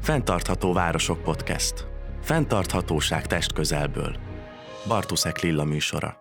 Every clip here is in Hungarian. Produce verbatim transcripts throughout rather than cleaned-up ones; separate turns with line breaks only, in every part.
Fenntartható Városok Podcast. Fenntarthatóság testközelből. Bartuszek Lilla műsora.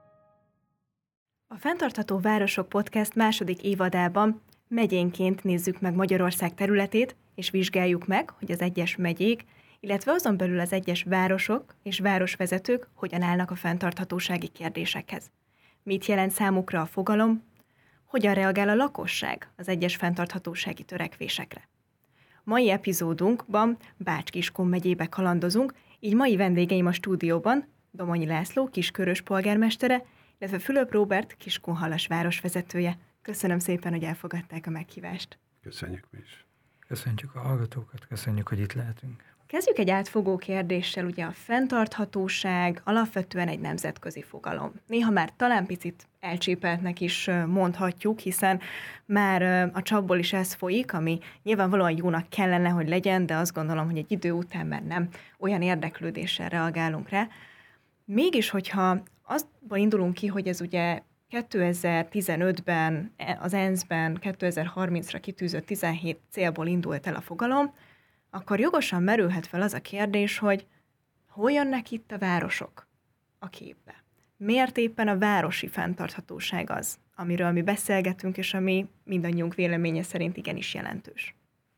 A Fenntartható Városok Podcast második évadában megyénként nézzük meg Magyarország területét, és vizsgáljuk meg, hogy az egyes megyék, illetve azon belül az egyes városok és városvezetők hogyan állnak a fenntarthatósági kérdésekhez. Mit jelent számukra a fogalom, hogyan reagál a lakosság az egyes fenntarthatósági törekvésekre. Mai epizódunkban Bács-Kiskun megyébe kalandozunk, így mai vendégeim a stúdióban Domonyi László, Kiskörös polgármestere, illetve Fülöp Róbert, Kiskunhalas városvezetője. Köszönöm szépen, hogy elfogadták a meghívást.
Köszönjük mi is.
Köszönjük a hallgatókat, köszönjük, hogy itt lehetünk.
Kezdjük egy átfogó kérdéssel, ugye a fenntarthatóság alapvetően egy nemzetközi fogalom. Néha már talán picit elcsépeltnek is mondhatjuk, hiszen már a csapból is ez folyik, ami nyilvánvalóan jónak kellene, hogy legyen, de azt gondolom, hogy egy idő után már nem olyan érdeklődéssel reagálunk rá. Mégis, hogyha azból indulunk ki, hogy ez ugye kétezer-tizenötben az e en es ben kétezer-harmincra kitűzött tizenhét célból indult el a fogalom, akkor jogosan merülhet fel az a kérdés, hogy hol jönnek itt a városok a képbe? Miért éppen a városi fenntarthatóság az, amiről mi beszélgetünk, és ami mindannyiunk véleménye szerint igenis jelentős?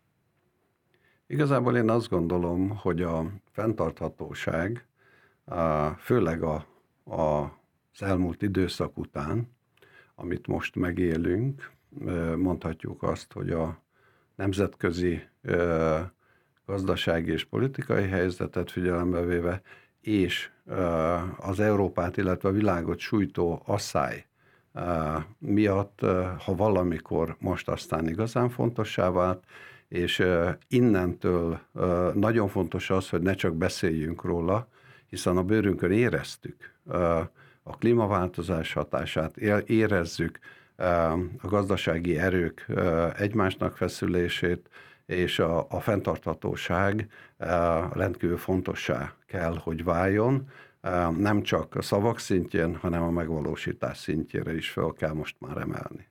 Igazából én azt gondolom, hogy a fenntarthatóság, főleg a, a, az elmúlt időszak után, amit most megélünk, mondhatjuk azt, hogy a nemzetközi gazdasági és politikai helyzetet figyelembe véve, és az Európát, illetve a világot sújtó asszály miatt, ha valamikor, most aztán igazán fontossá vált, és innentől nagyon fontos az, hogy ne csak beszéljünk róla, hiszen a bőrünkön éreztük a klímaváltozás hatását, érezzük a gazdasági erők egymásnak feszülését, és a, a fenntarthatóság rendkívül fontossá kell, hogy váljon, nem csak a szavak szintjén, hanem a megvalósítás szintjére is fel kell most már emelni.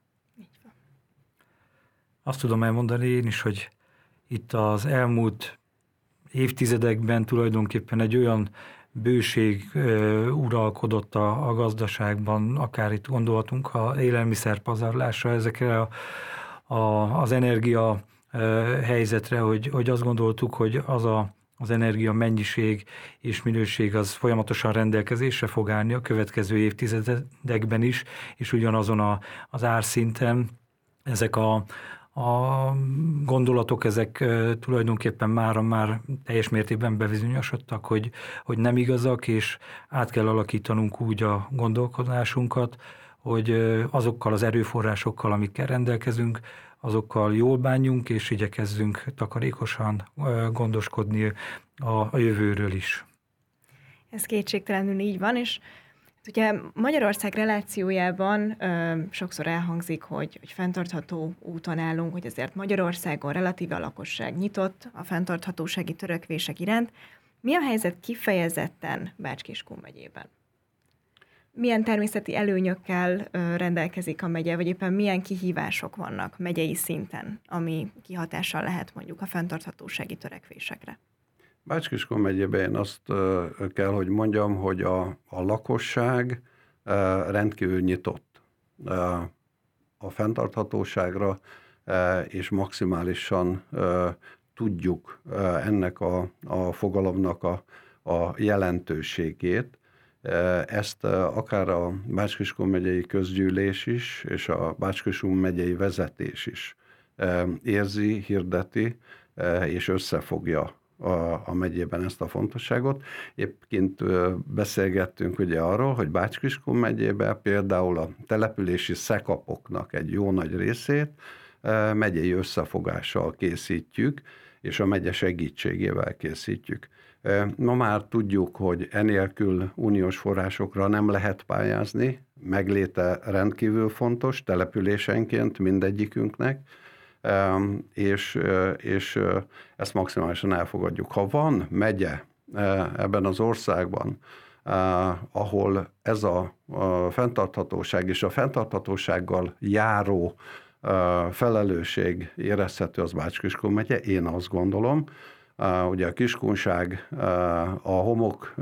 Azt tudom elmondani én is, hogy itt az elmúlt évtizedekben tulajdonképpen egy olyan bőség uralkodott a, a gazdaságban, akár itt gondolhatunk a élelmiszerpazarlásra, ezekre a, a, az energia helyzetre, hogy, hogy azt gondoltuk, hogy az a, az energia mennyiség és minőség az folyamatosan rendelkezésre fog állni a következő évtizedekben is, és ugyanazon a, az árszinten ezek a, a gondolatok, ezek tulajdonképpen mára már teljes mértékben bebizonyosodtak, hogy, hogy nem igazak, és át kell alakítanunk úgy a gondolkodásunkat, hogy azokkal az erőforrásokkal, amikkel rendelkezünk, azokkal jól bánjunk, és igyekezzünk takarékosan gondoskodni a, a jövőről is.
Ez kétségtelenül így van, és ugye Magyarország relációjában ö, sokszor elhangzik, hogy, hogy fenntartható úton állunk, hogy ezért Magyarországon relatíve a lakosság nyitott a fenntarthatósági törekvések iránt. Mi a helyzet kifejezetten Bács-Kiskun megyében? Milyen természeti előnyökkel rendelkezik a megye, vagy éppen milyen kihívások vannak megyei szinten, ami kihatással lehet mondjuk a fenntarthatósági törekvésekre?
Bács-Kiskun megyében én azt kell, hogy mondjam, hogy a, a lakosság rendkívül nyitott a fenntarthatóságra, és maximálisan tudjuk ennek a, a fogalomnak a, a jelentőségét. Ezt akár a Bács-Kiskun megyei közgyűlés is, és a Bács-Kiskun megyei vezetés is érzi, hirdeti, és összefogja a, a megyében ezt a fontosságot. Éppként beszélgettünk ugye arról, hogy Bács-Kiskun megyében például a települési szekapoknak egy jó nagy részét megyei összefogással készítjük, és a megye segítségével készítjük. Ma már tudjuk, hogy enélkül uniós forrásokra nem lehet pályázni, megléte rendkívül fontos, településenként mindegyikünknek, és, és ezt maximálisan elfogadjuk. Ha van megye ebben az országban, ahol ez a fenntarthatóság és a fenntarthatósággal járó felelősség érezhető, az Bács-Kiskun megye, én azt gondolom, ugye a kiskunság, a homok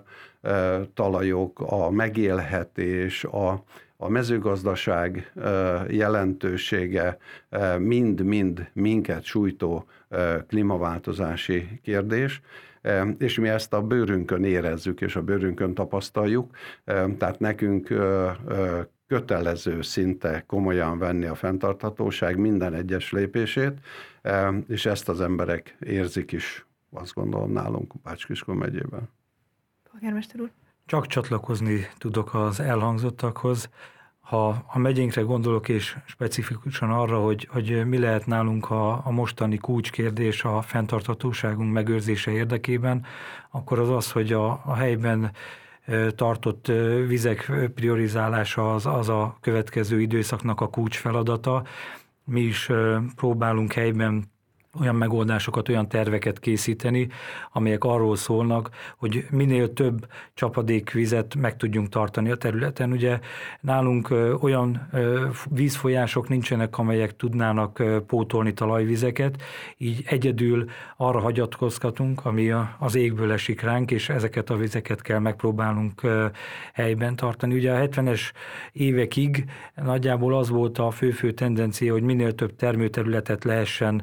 talajok, a megélhetés, a, a mezőgazdaság jelentősége mind-mind minket sújtó klímaváltozási kérdés, és mi ezt a bőrünkön érezzük, és a bőrünkön tapasztaljuk, tehát nekünk kötelező szinte komolyan venni a fenntarthatóság minden egyes lépését, és ezt az emberek érzik is, azt gondolom, nálunk Bács-Kiskun megyében.
Polgármester úr?
Csak csatlakozni tudok az elhangzottakhoz. Ha a megyénkre gondolok, és specifikusan arra, hogy, hogy mi lehet nálunk a, a mostani kulcskérdés a fenntarthatóságunk megőrzése érdekében, akkor az az, hogy a, a helyben tartott vizek priorizálása az, az a következő időszaknak a kulcsfeladata. Mi is próbálunk helyben olyan megoldásokat, olyan terveket készíteni, amelyek arról szólnak, hogy minél több csapadékvizet meg tudjunk tartani a területen. Ugye nálunk olyan vízfolyások nincsenek, amelyek tudnának pótolni talajvizeket, így egyedül arra hagyatkozhatunk, ami az égből esik ránk, és ezeket a vizeket kell megpróbálnunk helyben tartani. Ugye a hetvenes évekig nagyjából az volt a fő-fő tendencia, hogy minél több termőterületet lehessen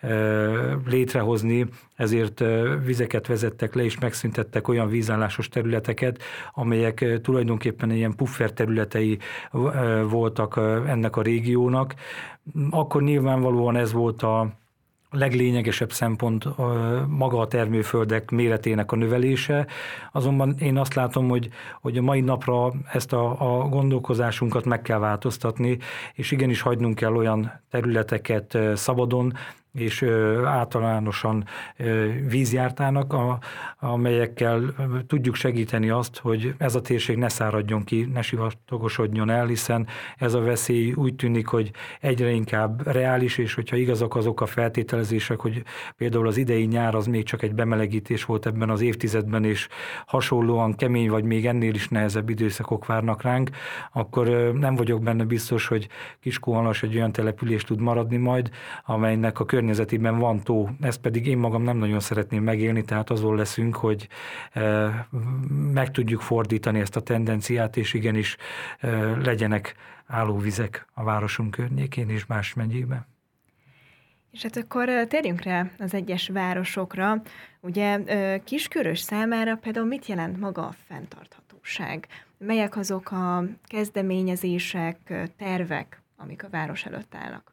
létrehozni, ezért vizeket vezettek le, és megszüntettek olyan vízállásos területeket, amelyek tulajdonképpen ilyen puffer területei voltak ennek a régiónak. Akkor nyilvánvalóan ez volt a leglényegesebb szempont maga a termőföldek méretének a növelése, azonban én azt látom, hogy, hogy a mai napra ezt a, a gondolkozásunkat meg kell változtatni, és igenis hagynunk kell olyan területeket szabadon, és általánosan vízjártának, a, amelyekkel tudjuk segíteni azt, hogy ez a térség ne száradjon ki, ne sivatagosodjon el, hiszen ez a veszély úgy tűnik, hogy egyre inkább reális, és hogyha igazak azok a feltételezések, hogy például az idei nyár az még csak egy bemelegítés volt ebben az évtizedben, és hasonlóan kemény, vagy még ennél is nehezebb időszakok várnak ránk, akkor nem vagyok benne biztos, hogy Kiskunhalas egy olyan település tud maradni majd, amelynek a környezetében van tó, ezt pedig én magam nem nagyon szeretném megélni, tehát azon leszünk, hogy meg tudjuk fordítani ezt a tendenciát, és igenis legyenek állóvizek a városunk környékén és más megyében.
És hát akkor térjünk rá az egyes városokra. Ugye Kiskörös számára például mit jelent maga a fenntarthatóság? Melyek azok a kezdeményezések, tervek, amik a város előtt állnak?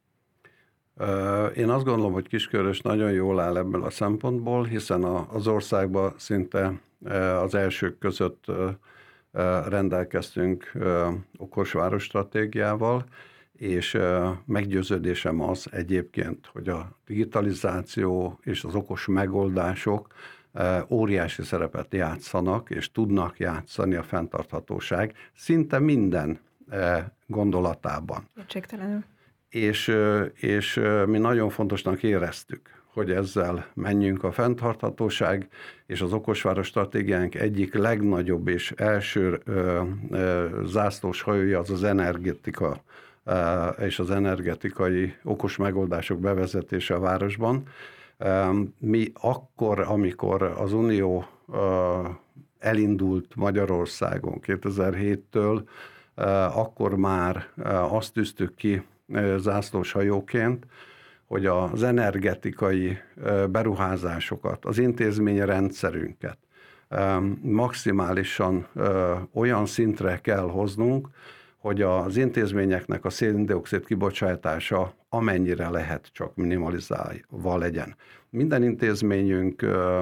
Én azt gondolom, hogy Kiskörös nagyon jól áll ebből a szempontból, hiszen az országban szinte az elsők között rendelkeztünk okos városstratégiával, és meggyőződésem az egyébként, hogy a digitalizáció és az okos megoldások óriási szerepet játszanak, és tudnak játszani a fenntarthatóság szinte minden gondolatában.
Kétségtelenül.
És, és mi nagyon fontosnak éreztük, hogy ezzel menjünk a fenntarthatóság, és az okosváros stratégiánk egyik legnagyobb és első ö, ö, zászlós hajója az az energetika, ö, és az energetikai okos megoldások bevezetése a városban. Ö, mi akkor, amikor az Unió ö, elindult Magyarországon kétezer-héttől, ö, akkor már ö, azt tűztük ki zászlós hajóként, hogy az energetikai beruházásokat, az intézményrendszerünket maximálisan olyan szintre kell hoznunk, hogy az intézményeknek a szén-dioxid kibocsátása amennyire lehet csak minimalizálva legyen. Minden intézményünk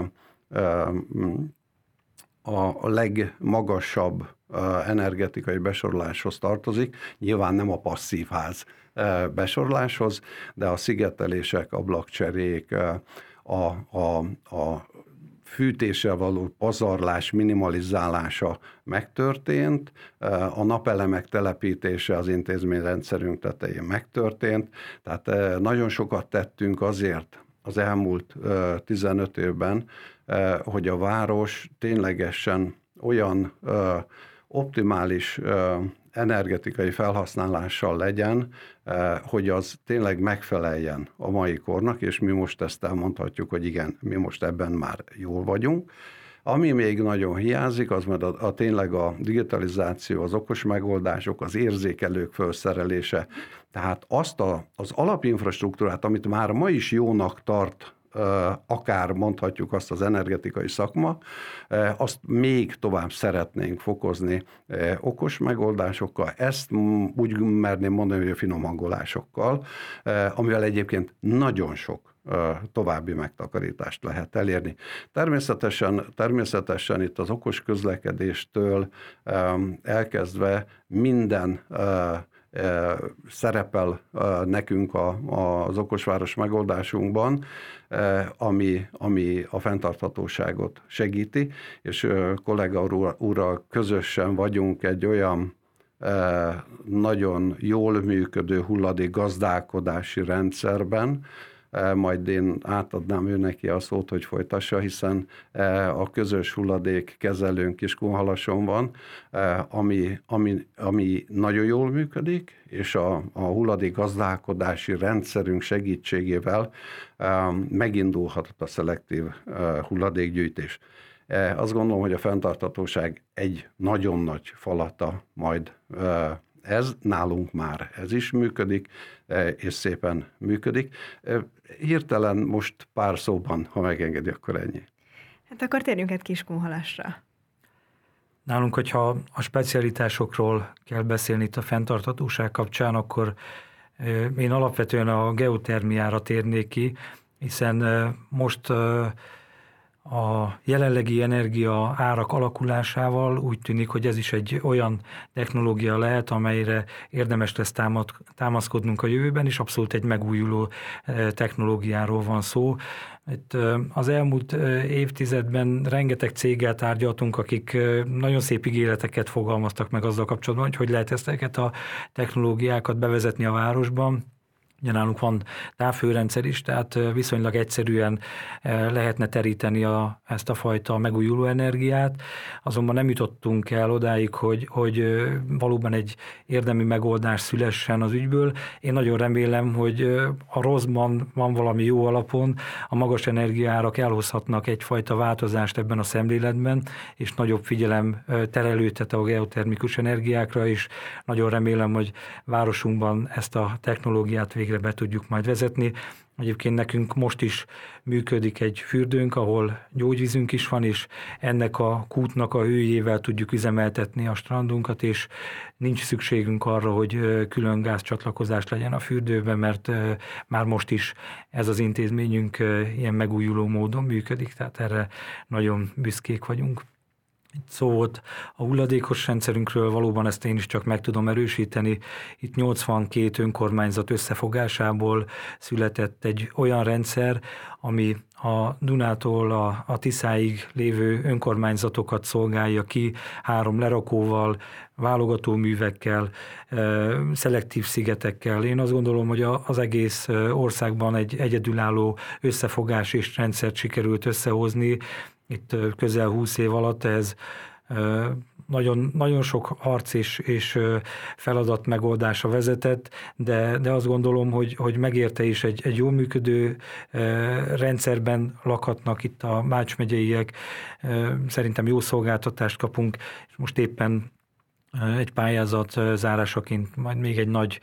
a legmagasabb energetikai besoroláshoz tartozik, nyilván nem a passzív ház besoroláshoz, de a szigetelések, ablakcserék, a, a, a fűtéssel való pazarlás minimalizálása megtörtént, a napelemek telepítése az intézményrendszerünk tetején megtörtént, tehát nagyon sokat tettünk azért az elmúlt tizenöt évben, hogy a város ténylegesen olyan optimális energetikai felhasználással legyen, hogy az tényleg megfeleljen a mai kornak, és mi most ezt elmondhatjuk, hogy igen, mi most ebben már jól vagyunk. Ami még nagyon hiányzik, az majd a, a tényleg a digitalizáció, az okos megoldások, az érzékelők felszerelése. Tehát azt a, az alapinfrastruktúrát, amit már ma is jónak tart, akár mondhatjuk azt az energetikai szakma, azt még tovább szeretnénk fokozni okos megoldásokkal, ezt úgy merném mondani, hogy a finom hangolásokkal, amivel egyébként nagyon sok további megtakarítást lehet elérni. Természetesen, természetesen itt az okos közlekedéstől elkezdve minden szerepel nekünk a, az okosváros megoldásunkban, ami, ami a fenntarthatóságot segíti, és kollega úrral közösen vagyunk egy olyan nagyon jól működő hulladék gazdálkodási rendszerben, majd én átadnám ő neki a szót, hogy folytassa, hiszen a közös hulladék kezelőnk Kiskunhalason van, ami, ami, ami nagyon jól működik, és a, a hulladék gazdálkodási rendszerünk segítségével megindulhat a szelektív hulladékgyűjtés. Azt gondolom, hogy a fenntarthatóság egy nagyon nagy falata majd ez, nálunk már ez is működik, és szépen működik. Hirtelen most pár szóban, ha megengedi, akkor ennyi.
Hát akkor térjünk egy Kiskunhalasra.
Nálunk, hogyha a specialitásokról kell beszélni itt a fenntarthatóság kapcsán, akkor én alapvetően a geotermiára térnék ki, hiszen most a jelenlegi energia árak alakulásával úgy tűnik, hogy ez is egy olyan technológia lehet, amelyre érdemes lesz támaszkodnunk a jövőben, és abszolút egy megújuló technológiáról van szó. Itt az elmúlt évtizedben rengeteg céggel tárgyaltunk, akik nagyon szép ígéreteket fogalmaztak meg azzal kapcsolatban, hogy hogy lehet ezeket a technológiákat bevezetni a városban. Ugye nálunk van távhőrendszer is, tehát viszonylag egyszerűen lehetne teríteni a, ezt a fajta megújuló energiát, azonban nem jutottunk el odáig, hogy, hogy valóban egy érdemi megoldás szülessen az ügyből. Én nagyon remélem, hogy a rosszban van valami jó alapon, a magas energiaárak elhozhatnak egyfajta változást ebben a szemléletben, és nagyobb figyelem terelődhet a geotermikus energiákra, és nagyon remélem, hogy városunkban ezt a technológiát végre be tudjuk majd vezetni. Egyébként nekünk most is működik egy fürdőnk, ahol gyógyvízünk is van, és ennek a kútnak a hőjével tudjuk üzemeltetni a strandunkat, és nincs szükségünk arra, hogy külön gázcsatlakozás legyen a fürdőben, mert már most is ez az intézményünk ilyen megújuló módon működik, tehát erre nagyon büszkék vagyunk. Itt szó volt a hulladékos rendszerünkről, valóban ezt én is csak meg tudom erősíteni. Itt nyolcvankét önkormányzat összefogásából született egy olyan rendszer, ami a Dunától a, a Tiszáig lévő önkormányzatokat szolgálja ki, három lerakóval, válogatóművekkel, szelektív szigetekkel. Én azt gondolom, hogy az egész országban egy egyedülálló összefogás és rendszert sikerült összehozni. Itt közel húsz év alatt ez nagyon, nagyon sok harc és, és feladat megoldása vezetett, de, de azt gondolom, hogy, hogy megérte is egy, egy jól működő rendszerben lakhatnak itt a Mács megyeiek. Szerintem jó szolgáltatást kapunk, és most éppen egy pályázat zárásaként majd még egy nagy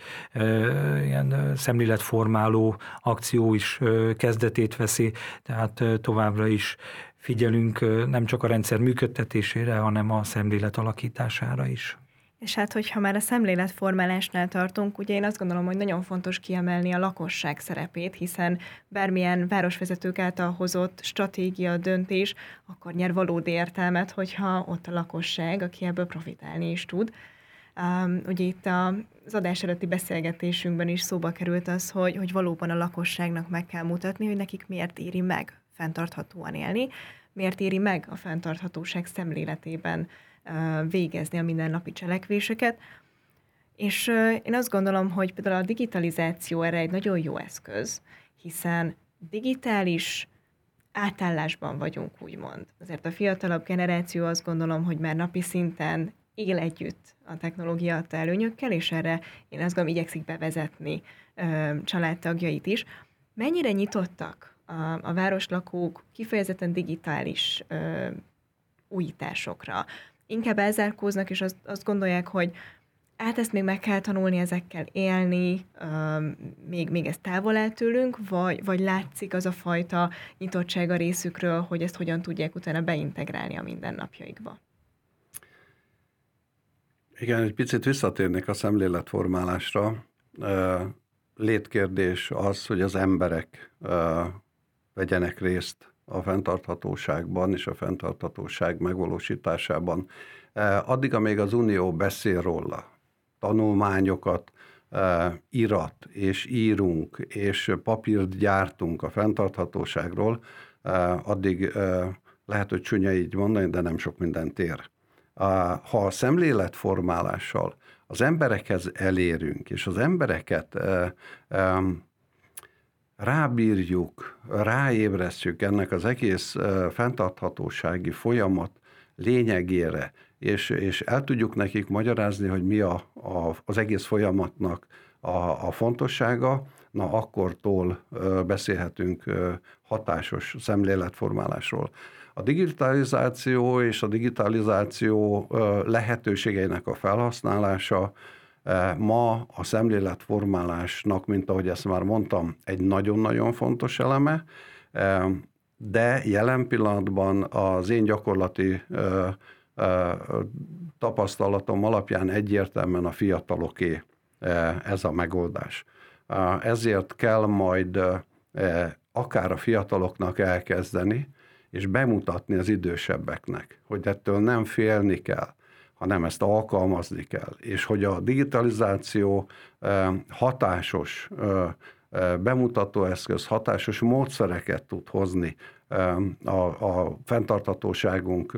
ilyen szemléletformáló akció is kezdetét veszi, tehát továbbra is figyelünk nem csak a rendszer működtetésére, hanem a szemlélet alakítására is.
És hát, hogyha már a szemléletformálásnál tartunk, ugye én azt gondolom, hogy nagyon fontos kiemelni a lakosság szerepét, hiszen bármilyen városvezetők által hozott stratégia, döntés, akkor nyer valódi értelmet, hogyha ott a lakosság, aki ebből profitálni is tud. Um, ugye itt az adás előtti beszélgetésünkben is szóba került az, hogy, hogy valóban a lakosságnak meg kell mutatni, hogy nekik miért éri meg fenntarthatóan élni, miért éri meg a fenntarthatóság szemléletében uh, végezni a mindennapi cselekvéseket. És uh, én azt gondolom, hogy például a digitalizáció erre egy nagyon jó eszköz, hiszen digitális átállásban vagyunk, úgymond. Azért a fiatalabb generáció azt gondolom, hogy már napi szinten él együtt a technológia adta előnyökkel, és erre én azt gondolom, igyekszik bevezetni ö, családtagjait is. Mennyire nyitottak a, a városlakók kifejezetten digitális ö, újításokra? Inkább elzárkóznak, és azt, azt gondolják, hogy hát ezt még meg kell tanulni, ezekkel élni, euh, még, még ez távol áll tőlünk, vagy, vagy látszik az a fajta nyitottság a részükről, hogy ezt hogyan tudják utána beintegrálni a mindennapjaikba?
Igen, egy picit visszatérnék a szemléletformálásra. Létkérdés az, hogy az emberek vegyenek részt a fenntarthatóságban és a fenntarthatóság megvalósításában. Addig, amíg az Unió beszél róla, tanulmányokat írat és írunk, és papírt gyártunk a fenntarthatóságról, addig lehet, hogy csúnya így mondani, de nem sok mindent ér. Ha a szemléletformálással az emberekhez elérünk, és az embereket rábírjuk, ráébresztjük ennek az egész fenntarthatósági folyamat lényegére, és, és el tudjuk nekik magyarázni, hogy mi a, a, az egész folyamatnak a, a fontossága, na akkortól beszélhetünk hatásos szemléletformálásról. A digitalizáció és a digitalizáció lehetőségeinek a felhasználása ma a szemléletformálásnak, mint ahogy ezt már mondtam, egy nagyon-nagyon fontos eleme, de jelen pillanatban az én gyakorlati tapasztalatom alapján egyértelműen a fiataloké ez a megoldás. Ezért kell majd akár a fiataloknak elkezdeni, és bemutatni az idősebbeknek, hogy ettől nem félni kell, hanem ezt alkalmazni kell, és hogy a digitalizáció hatásos bemutatóeszköz, hatásos módszereket tud hozni a, a fenntarthatóságunk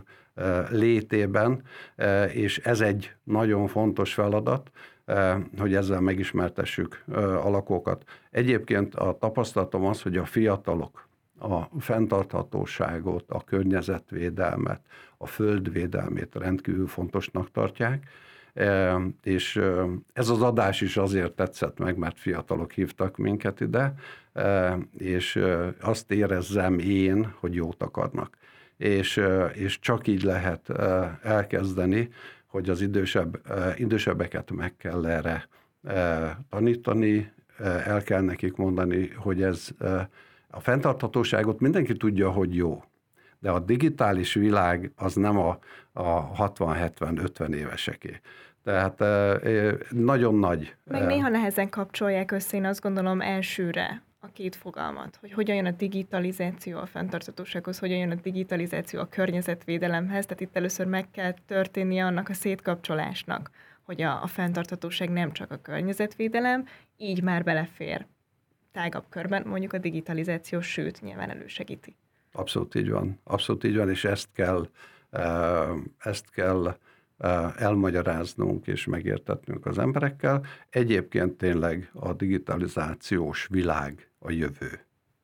létében, és ez egy nagyon fontos feladat, hogy ezzel megismertessük a lakókat. Egyébként a tapasztalatom az, hogy a fiatalok a fenntarthatóságot, a környezetvédelmet, a földvédelmét rendkívül fontosnak tartják, és ez az adás is azért tetszett meg, mert fiatalok hívtak minket ide, és azt érezzem én, hogy jót akarnak. És, és csak így lehet elkezdeni, hogy az idősebb, idősebbeket meg kell erre tanítani, el kell nekik mondani, hogy ez a fenntarthatóságot mindenki tudja, hogy jó, de a digitális világ az nem a, a hatvan, hetven, ötven éveseké. Tehát nagyon nagy.
Meg néha nehezen kapcsolják össze, én azt gondolom elsőre a két fogalmat, hogy hogyan jön a digitalizáció a fenntarthatósághoz, hogyan jön a digitalizáció a környezetvédelemhez, tehát itt először meg kell történnie annak a szétkapcsolásnak, hogy a, a fenntarthatóság nem csak a környezetvédelem, így már belefér tágabb körben, mondjuk a digitalizáció, sőt, nyilván elősegíti.
Abszolút így van, abszolút így van, és ezt kell, ezt kell elmagyaráznunk és megértetnünk az emberekkel. Egyébként tényleg a digitalizációs világ a jövő.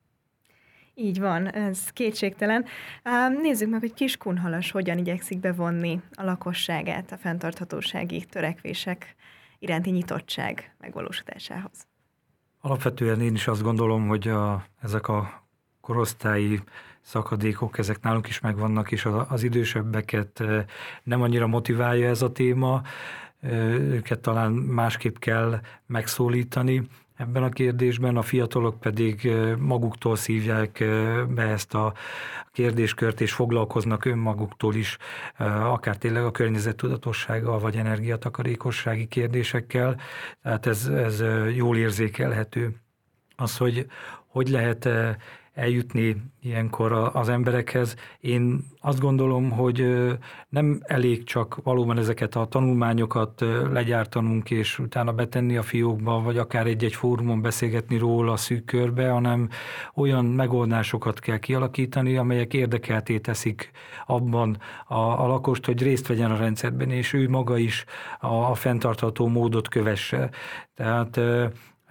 Így van, ez kétségtelen. Nézzük meg, hogy Kiskunhalas hogyan igyekszik bevonni a lakosságát a fenntarthatósági törekvések iránti nyitottság megvalósításához.
Alapvetően én is azt gondolom, hogy a, ezek a korosztályi szakadékok, ezek nálunk is megvannak, és az idősebbeket nem annyira motiválja ez a téma, őket talán másképp kell megszólítani ebben a kérdésben, a fiatalok pedig maguktól szívják be ezt a kérdéskört, és foglalkoznak önmaguktól is, akár tényleg a környezettudatossággal, vagy energiatakarékossági kérdésekkel, tehát ez, ez jól érzékelhető. Az, hogy hogy lehet eljutni ilyenkor az emberekhez. Én azt gondolom, hogy nem elég csak valóban ezeket a tanulmányokat legyártanunk, és utána betenni a fiókba, vagy akár egy-egy fórumon beszélgetni róla szűk körbe, hanem olyan megoldásokat kell kialakítani, amelyek érdekelté teszik abban a, a lakost, hogy részt vegyen a rendszerben, és ő maga is a, a fenntartható módot kövesse. Tehát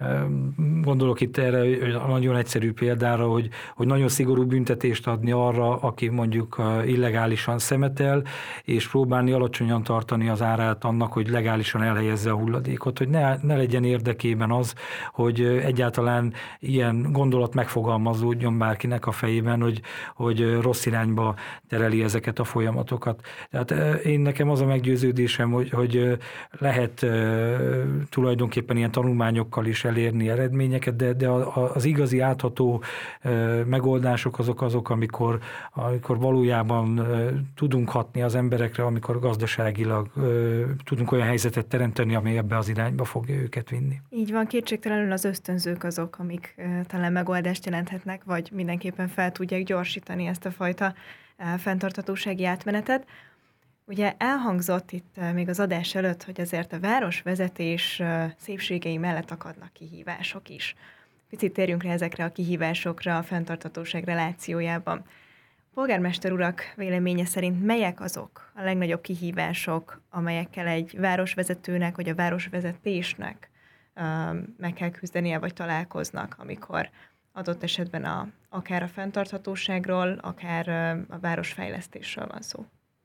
Gondolok itt erre nagyon egyszerű példára, hogy, hogy nagyon szigorú büntetést adni arra, aki mondjuk illegálisan szemetel, és próbálni alacsonyan tartani az árát annak, hogy legálisan elhelyezze a hulladékot, hogy ne, ne legyen érdekében az, hogy egyáltalán ilyen gondolat megfogalmazódjon bárkinek a fejében, hogy, hogy rossz irányba tereli ezeket a folyamatokat. Tehát én nekem az a meggyőződésem, hogy, hogy lehet tulajdonképpen ilyen tanulmányokkal is elérni eredményeket, de, de az igazi átható megoldások azok azok, amikor, amikor valójában tudunk hatni az emberekre, amikor gazdaságilag tudunk olyan helyzetet teremteni, ami ebbe az irányba fogja őket vinni.
Így van, kétségtelenül az ösztönzők azok, amik talán megoldást jelenthetnek, vagy mindenképpen fel tudják gyorsítani ezt a fajta fenntarthatósági átmenetet. Ugye elhangzott itt még az adás előtt, hogy azért a városvezetés szépségei mellett akadnak kihívások is. Picit térjünk rá ezekre a kihívásokra a fenntarthatóság relációjában. Polgármester urak véleménye szerint melyek azok a legnagyobb kihívások, amelyekkel egy városvezetőnek vagy a városvezetésnek meg kell küzdenie, vagy találkoznak, amikor adott esetben a, akár a fenntarthatóságról, akár a városfejlesztésről van szó?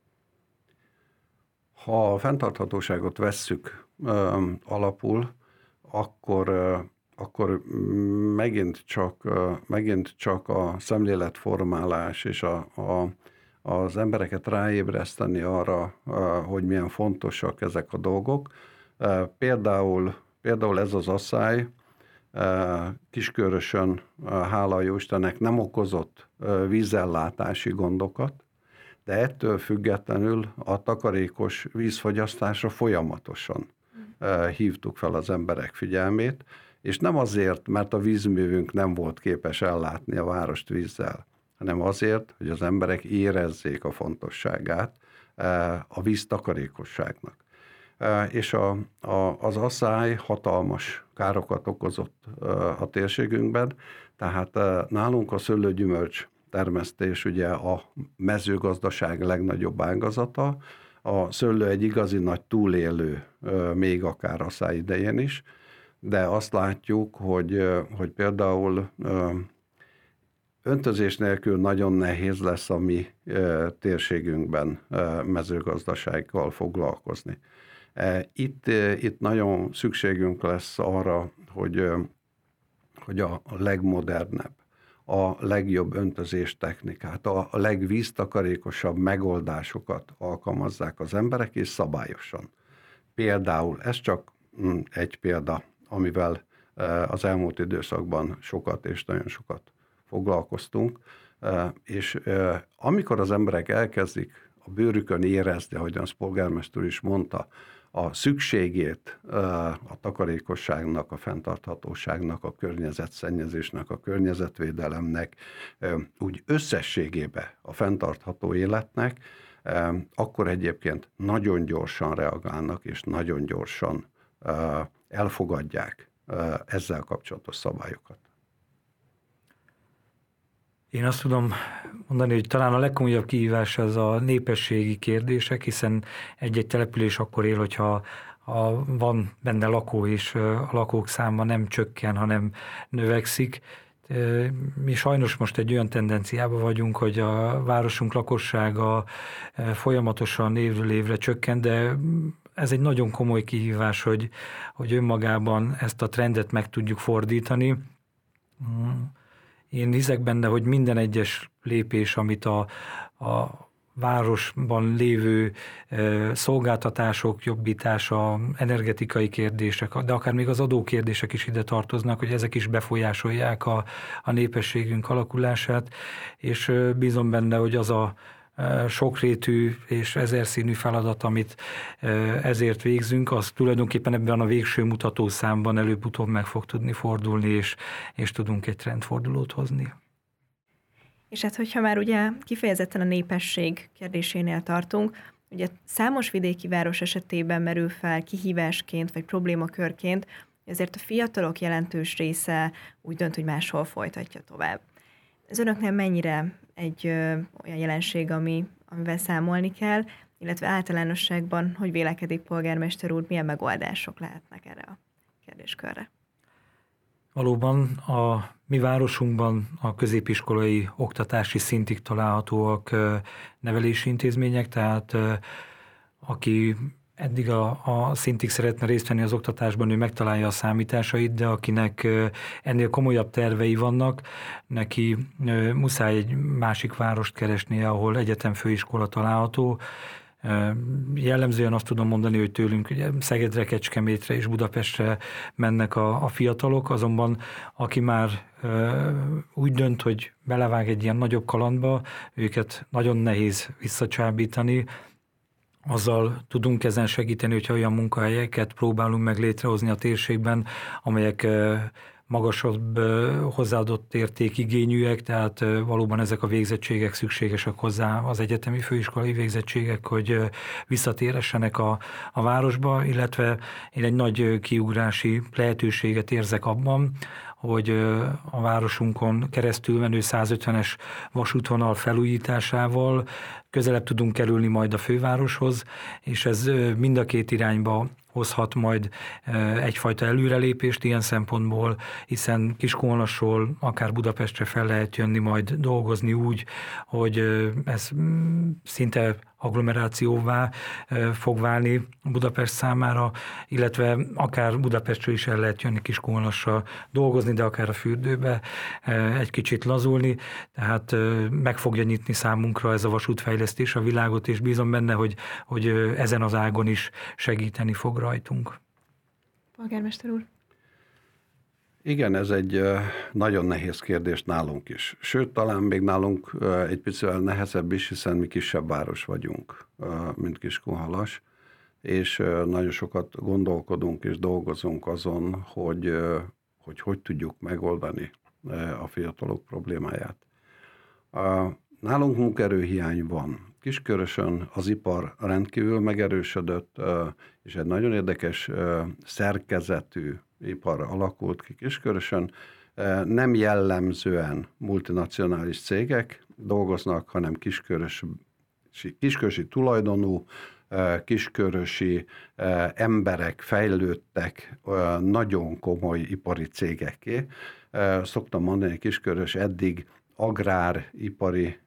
Ha a fenntarthatóságot vesszük ö, alapul, akkor, ö, akkor megint csak, ö, megint csak a szemléletformálás és a, a, az embereket ráébreszteni arra, ö, hogy milyen fontosak ezek a dolgok. Ö, például, például ez az asszály ö, Kiskörösön, ö, hála jó Istennek, nem okozott ö, vízellátási gondokat, de ettől függetlenül a takarékos vízfogyasztásra folyamatosan uh, hívtuk fel az emberek figyelmét, és nem azért, mert a vízművünk nem volt képes ellátni a várost vízzel, hanem azért, hogy az emberek érezzék a fontosságát uh, a víztakarékosságnak. Uh, és a, a, az asszály hatalmas károkat okozott uh, a térségünkben, tehát uh, nálunk a szőlőgyümölcs termesztés ugye a mezőgazdaság legnagyobb ágazata. A szőlő egy igazi nagy túlélő, még akár asszály idején is, de azt látjuk, hogy, hogy például öntözés nélkül nagyon nehéz lesz a mi térségünkben mezőgazdasággal foglalkozni. Itt, itt nagyon szükségünk lesz arra, hogy, hogy a legmodernebb, a legjobb öntözés technikát, a legvíztakarékosabb megoldásokat alkalmazzák az emberek, és szabályosan. Például, ez csak egy példa, amivel az elmúlt időszakban sokat és nagyon sokat foglalkoztunk, és amikor az emberek elkezdik a bőrükön érezni, ahogyan az polgármester is mondta, a szükségét a takarékosságnak, a fenntarthatóságnak, a környezetszennyezésnek, a környezetvédelemnek, úgy összességében a fenntartható életnek, akkor egyébként nagyon gyorsan reagálnak, és nagyon gyorsan elfogadják ezzel kapcsolatos szabályokat.
Én azt tudom mondani, hogy talán a legkomolyabb kihívás az a népességi kérdések, hiszen egy-egy település akkor él, hogyha ha van benne lakó, és a lakók száma nem csökken, hanem növekszik. Mi sajnos most egy olyan tendenciában vagyunk, hogy a városunk lakossága folyamatosan évről évre csökken, de ez egy nagyon komoly kihívás, hogy, hogy önmagában ezt a trendet meg tudjuk fordítani. Én hiszek benne, hogy minden egyes lépés, amit a, a városban lévő e, szolgáltatások jobbítása, energetikai kérdések, de akár még az adókérdések is ide tartoznak, hogy ezek is befolyásolják a, a népességünk alakulását, és e, bízom benne, hogy az a sokrétű és ezerszínű feladat, amit ezért végzünk, az tulajdonképpen ebben a végső mutatószámban előbb-utóbb meg fog tudni fordulni, és, és tudunk egy trendfordulót hozni.
És hát, hogyha már ugye kifejezetten a népesség kérdésénél tartunk, ugye számos vidéki város esetében merül fel kihívásként, vagy problémakörként, ezért a fiatalok jelentős része úgy dönt, hogy máshol folytatja tovább. Ez önöknél mennyire egy ö, olyan jelenség, ami, amivel számolni kell, illetve általánosságban, hogy vélekedik polgármester úr, milyen megoldások lehetnek erre a kérdéskörre?
Valóban a mi városunkban a középiskolai oktatási szintig találhatóak nevelési intézmények, tehát aki eddig a, a szintig szeretne részt venni az oktatásban, ő megtalálja a számításait, de akinek ennél komolyabb tervei vannak, neki muszáj egy másik várost keresnie, ahol egyetemfőiskola található. Jellemzően azt tudom mondani, hogy tőlünk ugye Szegedre, Kecskemétre és Budapestre mennek a, a fiatalok, azonban aki már ö, úgy dönt, hogy belevág egy ilyen nagyobb kalandba, őket nagyon nehéz visszacsábítani. Azzal tudunk ezen segíteni, hogyha olyan munkahelyeket próbálunk meg létrehozni a térségben, amelyek magasabb hozzáadott értékigényűek, tehát valóban ezek a végzettségek szükségesek hozzá, az egyetemi főiskolai végzettségek, hogy visszatéressenek a, a városba, illetve én egy nagy kiugrási lehetőséget érzek abban, hogy a városunkon keresztül menő százötvenes vasútvonal felújításával közelebb tudunk kerülni majd a fővároshoz, és ez mind a két irányba hozhat majd egyfajta előrelépést ilyen szempontból, hiszen Kiskunhalasról akár Budapestre fel lehet jönni majd dolgozni úgy, hogy ez szinte agglomerációvá fog válni Budapest számára, illetve akár Budapestről is el lehet jönni Kiskunhalasra dolgozni, de akár a fürdőbe egy kicsit lazulni, tehát meg fogja nyitni számunkra ez a vasútfejlesztés a világot, és bízom benne, hogy, hogy ezen az ágon is segíteni fog rajtunk.
Polgármester úr.
Igen, ez egy nagyon nehéz kérdés nálunk is. Sőt, talán még nálunk egy picivel nehezebb is, hiszen mi kisebb város vagyunk, mint Kiskunhalas, és nagyon sokat gondolkodunk és dolgozunk azon, hogy hogy, hogy tudjuk megoldani a fiatalok problémáját. Nálunk munkaerőhiány van. Kiskörösön az ipar rendkívül megerősödött, és egy nagyon érdekes szerkezetű ipar alakult ki Kiskörösön. Nem jellemzően multinacionális cégek dolgoznak, hanem kiskörösi, kiskörösi tulajdonú, kiskörösi emberek fejlődtek nagyon komoly ipari cégeké. Szoktam mondani, hogy Kiskörös eddig agráripari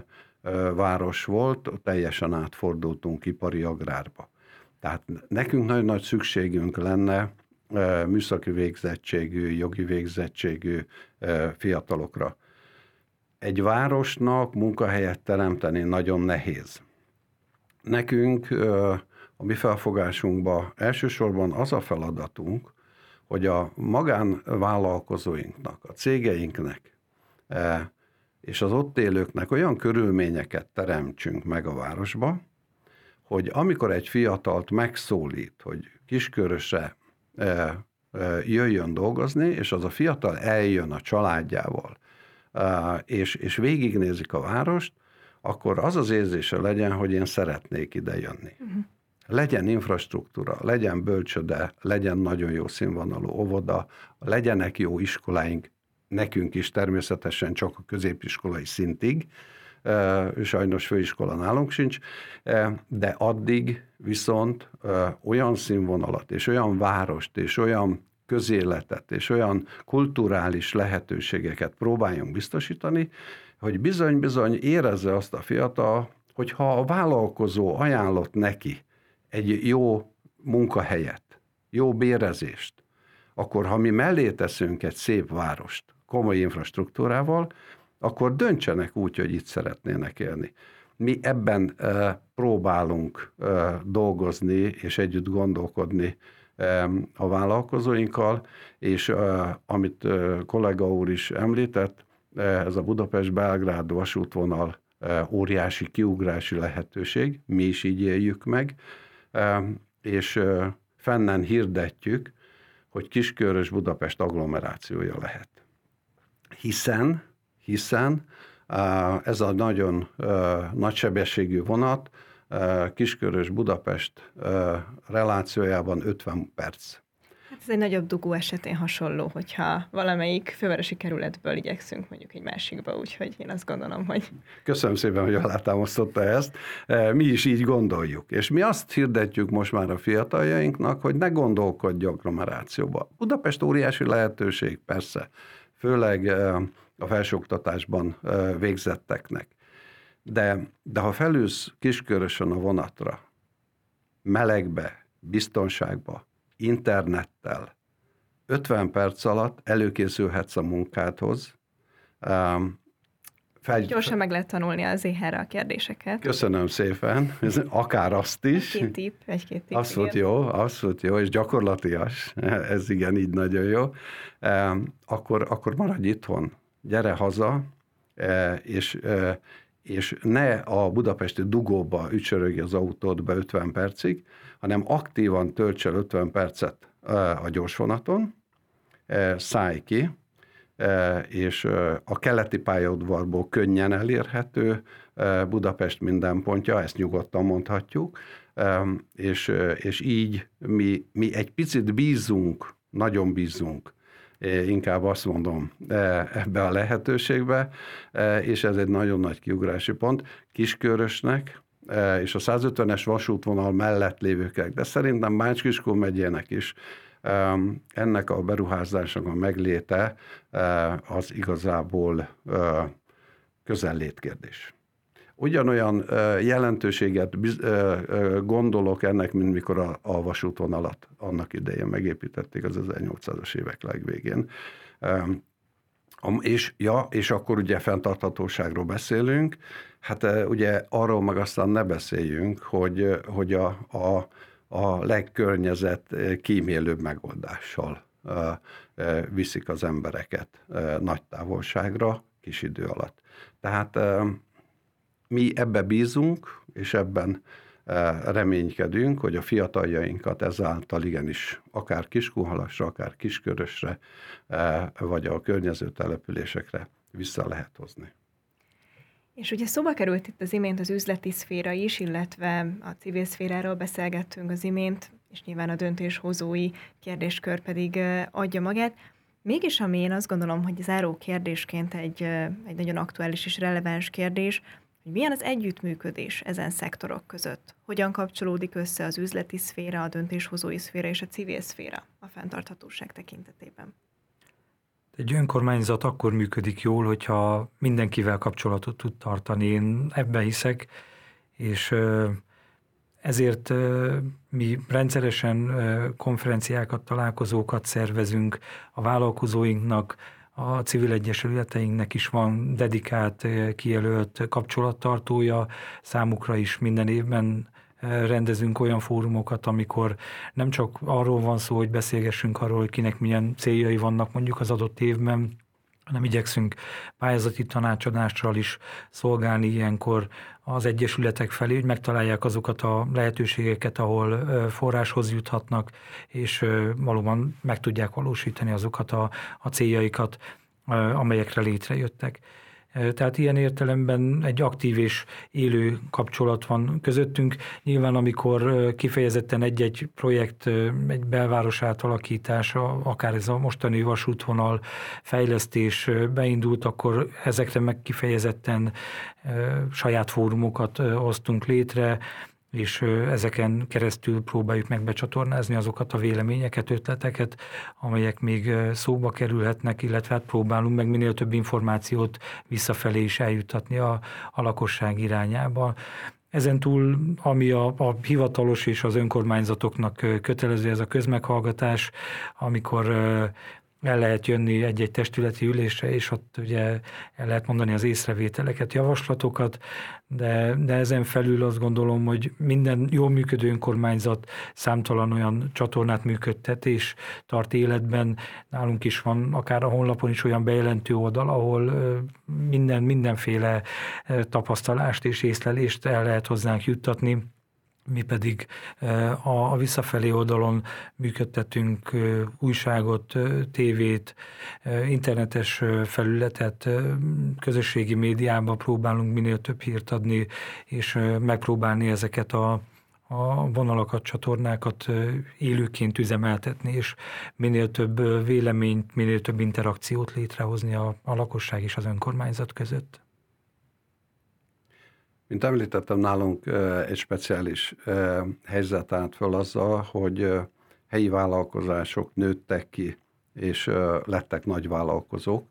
város volt, teljesen átfordultunk ipari agrárba. Tehát nekünk nagyon nagy szükségünk lenne műszaki végzettségű, jogi végzettségű fiatalokra. Egy városnak munkahelyet teremteni nagyon nehéz. Nekünk a mi felfogásunkban elsősorban az a feladatunk, hogy a magánvállalkozóinknak, a cégeinknek és az ott élőknek olyan körülményeket teremtsünk meg a városba, hogy amikor egy fiatalt megszólít, hogy Kiskörösre jöjjön dolgozni, és az a fiatal eljön a családjával, és, és végignézik a várost, akkor az az érzése legyen, hogy én szeretnék ide jönni. Uh-huh. Legyen infrastruktúra, legyen bölcsöde, legyen nagyon jó színvonalú óvoda, legyenek jó iskoláink, nekünk is természetesen csak a középiskolai szintig, sajnos főiskola nálunk sincs, de addig viszont olyan színvonalat, és olyan várost, és olyan közéletet, és olyan kulturális lehetőségeket próbáljunk biztosítani, hogy bizony-bizony érezze azt a fiatal, hogy ha a vállalkozó ajánlott neki egy jó munkahelyet, jó bérezést, akkor ha mi mellé teszünk egy szép várost, komoly infrastruktúrával, akkor döntsenek úgy, hogy itt szeretnének élni. Mi ebben e, próbálunk e, dolgozni és együtt gondolkodni e, a vállalkozóinkkal, és e, amit e, kollega úr is említett, e, ez a Budapest-Belgrád vasútvonal e, óriási kiugrási lehetőség, mi is így éljük meg, e, és e, fennen hirdetjük, hogy Kiskörös Budapest agglomerációja lehet. Hiszen, hiszen ez a nagyon nagysebességű vonat Kiskörös Budapest relációjában ötven perc.
Hát Ez egy nagyobb dugó esetén hasonló, hogyha valamelyik fővárosi kerületből igyekszünk mondjuk egy másikba, úgyhogy én azt gondolom, hogy...
Köszönöm szépen, hogy alátámasztotta ezt. Mi is így gondoljuk. És mi azt hirdetjük most már a fiataljainknak, hogy ne gondolkodj agglomerációba. Budapest óriási lehetőség, persze, főleg a felsőoktatásban végzetteknek. De, de ha felülsz Kiskörösön a vonatra, melegbe, biztonságba, internettel, ötven perc alatt előkészülhetsz a munkádhoz.
Fel... Gyorsan meg lehet tanulni az éherre a kérdéseket.
Köszönöm szépen, ez akár azt is.
Egy-két tipp, egy-két tipp.
Az volt jó, az volt jó, és gyakorlatias, ez igen, így nagyon jó. Akkor, akkor maradj itthon, gyere haza, és, és ne a budapesti dugóba ücsörögj az autódba ötven percig, hanem aktívan tölts el ötven percet a gyorsvonaton, szállj ki, és a keleti pályaudvarból könnyen elérhető Budapest minden pontja, ezt nyugodtan mondhatjuk, és, és így mi, mi egy picit bízunk, nagyon bízunk, inkább azt mondom, ebbe a lehetőségbe, és ez egy nagyon nagy kiugrási pont Kiskörösnek, és a százötvenes vasútvonal mellett lévőknek, de szerintem Bács-Kiskun megyének is ennek a beruházásnak a megléte az igazából közellétkérdés. Ugyanolyan jelentőséget gondolok ennek, mint mikor a, a vasútvonalat annak idején megépítették az ezernyolcszázas évek legvégén. És, ja, és akkor ugye fenntarthatóságról beszélünk, hát ugye arról meg aztán ne beszéljünk, hogy, hogy a, a, a legkörnyezet kímélőbb megoldással viszik az embereket nagy távolságra, kis idő alatt. Tehát mi ebbe bízunk, és ebben reménykedünk, hogy a fiataljainkat ezáltal igenis akár Kiskunhalasra, akár Kiskörösre, vagy a környező településekre vissza lehet hozni.
És ugye szóba került itt az imént az üzleti szféra is, illetve a civil szféráról beszélgettünk az imént, és nyilván a döntéshozói kérdéskör pedig adja magát. Mégis, ami én azt gondolom, hogy záró kérdésként egy, egy nagyon aktuális és releváns kérdés, hogy milyen az együttműködés ezen szektorok között? Hogyan kapcsolódik össze az üzleti szféra, a döntéshozói szféra és a civil szféra a fenntarthatóság tekintetében?
Egy önkormányzat akkor működik jól, hogyha mindenkivel kapcsolatot tud tartani. Én ebben hiszek, és ezért mi rendszeresen konferenciákat, találkozókat szervezünk a vállalkozóinknak, a civil egyesületeinknek is van dedikált, kijelölt kapcsolattartója, számukra is minden évben rendezünk olyan fórumokat, amikor nem csak arról van szó, hogy beszélgessünk arról, hogy kinek milyen céljai vannak mondjuk az adott évben, hanem igyekszünk pályázati tanácsadással is szolgálni ilyenkor az egyesületek felé, hogy megtalálják azokat a lehetőségeket, ahol forráshoz juthatnak, és valóban meg tudják valósítani azokat a, a céljaikat, amelyekre létrejöttek. Tehát ilyen értelemben egy aktív és élő kapcsolat van közöttünk. Nyilván, amikor kifejezetten egy-egy projekt, egy belváros átalakítása, akár ez a mostani vasútvonal fejlesztés beindult, akkor ezekre meg kifejezetten saját fórumokat hoztunk létre, és ezeken keresztül próbáljuk meg becsatornázni azokat a véleményeket, ötleteket, amelyek még szóba kerülhetnek, illetve hát próbálunk meg minél több információt visszafelé is eljuttatni a, a lakosság irányába. Ezen túl, ami a, a hivatalos és az önkormányzatoknak kötelező, ez a közmeghallgatás, amikor el lehet jönni egy-egy testületi ülésre, és ott ugye el lehet mondani az észrevételeket, javaslatokat, de, de ezen felül azt gondolom, hogy minden jól működő önkormányzat számtalan olyan csatornát működtet és tart életben. Nálunk is van akár a honlapon is olyan bejelentő oldal, ahol minden, mindenféle tapasztalást és észlelést el lehet hozzánk juttatni. Mi pedig a visszafelé oldalon működtetünk újságot, tévét, internetes felületet, közösségi médiában próbálunk minél több hírt adni, és megpróbálni ezeket a, a vonalakat, csatornákat élőként üzemeltetni, és minél több véleményt, minél több interakciót létrehozni a, a lakosság és az önkormányzat között.
Mint említettem, nálunk egy speciális helyzet állt föl azzal, hogy helyi vállalkozások nőttek ki, és lettek nagy vállalkozók.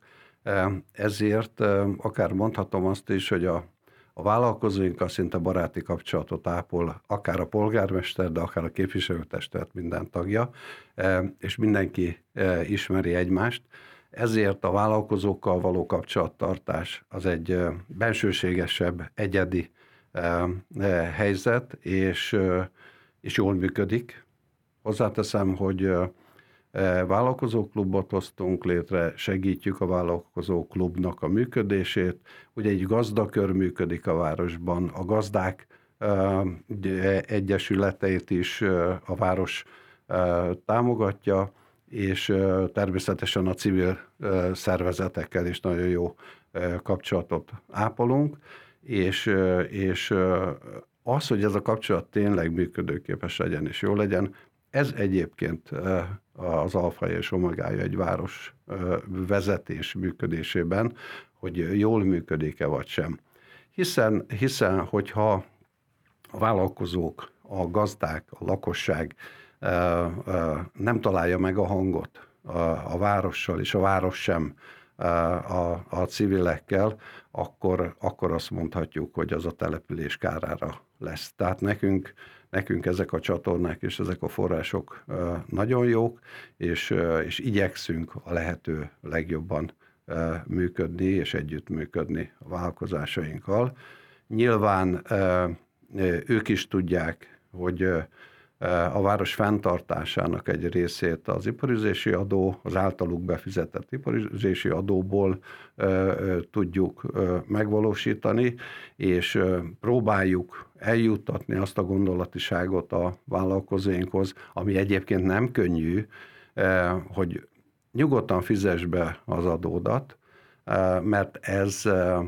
Ezért akár mondhatom azt is, hogy a, a vállalkozóinkkal szinte baráti kapcsolatot ápol, akár a polgármester, de akár a képviselőtestület minden tagja, és mindenki ismeri egymást. Ezért a vállalkozókkal való kapcsolattartás az egy bensőségesebb, egyedi helyzet, és, és jól működik. Hozzáteszem, hogy vállalkozóklubot hoztunk létre, segítjük a vállalkozóklubnak a működését. Ugye egy gazdakör működik a városban, a gazdák egyesületeit is a város támogatja, és természetesen a civil szervezetekkel is nagyon jó kapcsolatot ápolunk, és, és az, hogy ez a kapcsolat tényleg működőképes legyen és jó legyen, ez egyébként az alfa és omegája egy város vezetés működésében, hogy jól működik-e vagy sem. Hiszen, hiszen hogyha a vállalkozók, a gazdák, a lakosság nem találja meg a hangot a, a várossal, és a város sem a, a civilekkel, akkor, akkor azt mondhatjuk, hogy az a település kárára lesz. Tehát nekünk, nekünk ezek a csatornák és ezek a források nagyon jók, és, és igyekszünk a lehető legjobban működni és együttműködni a vállalkozásainkkal. Nyilván ők is tudják, hogy a város fenntartásának egy részét az iparüzési adó, az általuk befizetett iparüzési adóból tudjuk megvalósítani, és próbáljuk eljuttatni azt a gondolatiságot a vállalkozóinkhoz, ami egyébként nem könnyű, hogy nyugodtan fizess be az adódat, mert ez,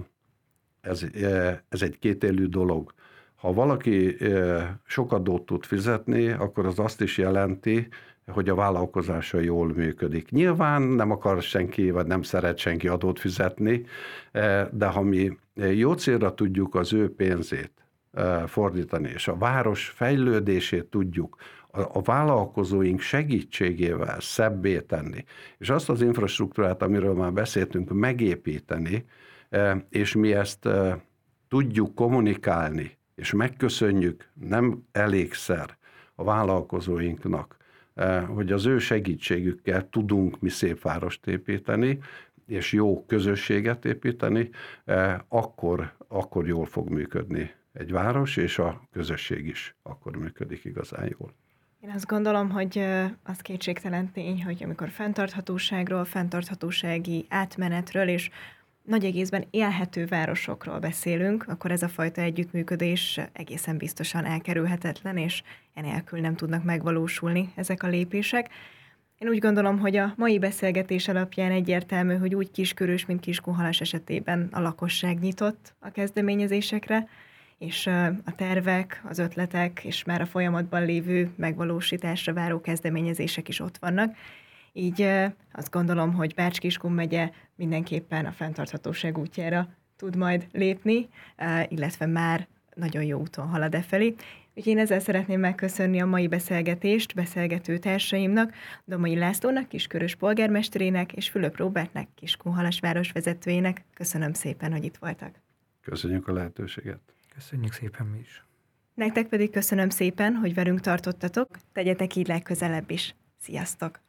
ez, ez egy kétélű dolog. Ha valaki sok adót tud fizetni, akkor az azt is jelenti, hogy a vállalkozása jól működik. Nyilván nem akar senki, vagy nem szeret senki adót fizetni, de ha mi jó célra tudjuk az ő pénzét fordítani, és a város fejlődését tudjuk a vállalkozóink segítségével szebbé tenni, és azt az infrastruktúrát, amiről már beszéltünk, megépíteni, és mi ezt tudjuk kommunikálni, és megköszönjük nem elégszer a vállalkozóinknak, hogy az ő segítségükkel tudunk mi szép várost építeni, és jó közösséget építeni, akkor, akkor jól fog működni egy város, és a közösség is akkor működik igazán jól.
Én azt gondolom, hogy az kétségtelen tény, hogy amikor fenntarthatóságról, fenntarthatósági átmenetről és nagy egészben élhető városokról beszélünk, akkor ez a fajta együttműködés egészen biztosan elkerülhetetlen, és enélkül nem tudnak megvalósulni ezek a lépések. Én úgy gondolom, hogy a mai beszélgetés alapján egyértelmű, hogy úgy Kiskörös, mint Kiskunhalas esetében a lakosság nyitott a kezdeményezésekre, és a tervek, az ötletek, és már a folyamatban lévő megvalósításra váró kezdeményezések is ott vannak. Így azt gondolom, hogy Bács-Kiskun megye mindenképpen a fenntarthatóság útjára tud majd lépni, illetve már nagyon jó úton halad e felé. Úgyhogy én ezzel szeretném megköszönni a mai beszélgetést beszélgető társaimnak, Domai Lászlónak, Kiskörös polgármesterének, és Fülöp Róbertnek, Kiskunhalas városvezetőjének. Köszönöm szépen, hogy itt voltak.
Köszönjük a lehetőséget.
Köszönjük szépen mi is.
Nektek pedig köszönöm szépen, hogy velünk tartottatok, tegyetek így legközelebb is. Sziasztok!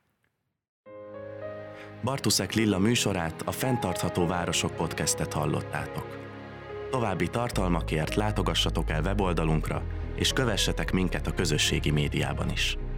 Bartuszek Lilla műsorát, a Fenntartható Városok podcastet hallottátok. További tartalmakért látogassatok el weboldalunkra, és kövessetek minket a közösségi médiában is.